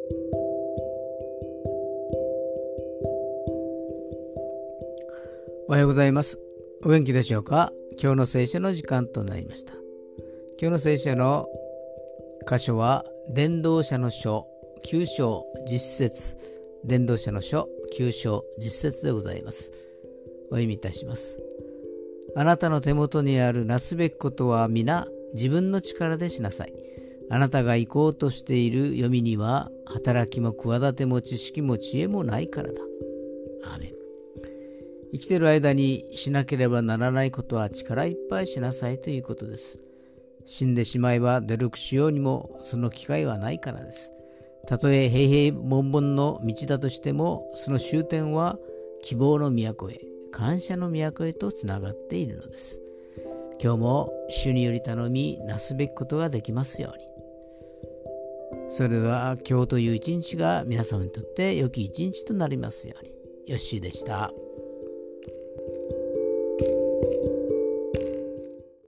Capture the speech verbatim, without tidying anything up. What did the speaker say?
おはようございます。お元気でしょうか。今日の聖書の時間となりました。今日の聖書の箇所は伝道者の書きゅう章じゅっ節、伝道者の書きゅう章じゅっ節でございます。お読みいたします。あなたの手元にあるなすべきことは皆自分の力でしなさい。あなたが行こうとしている読みには働きも企ても知識も知恵もないからだ。アーメン。生きている間にしなければならないことは力いっぱいしなさいということです。死んでしまえば努力しようにもその機会はないからです。たとえ平々凡々の道だとしても、その終点は希望の都へ、感謝の都へとつながっているのです。今日も主により頼みなすべきことができますように。それでは今日という一日が皆様にとって良き一日となりますように。よっしーでした。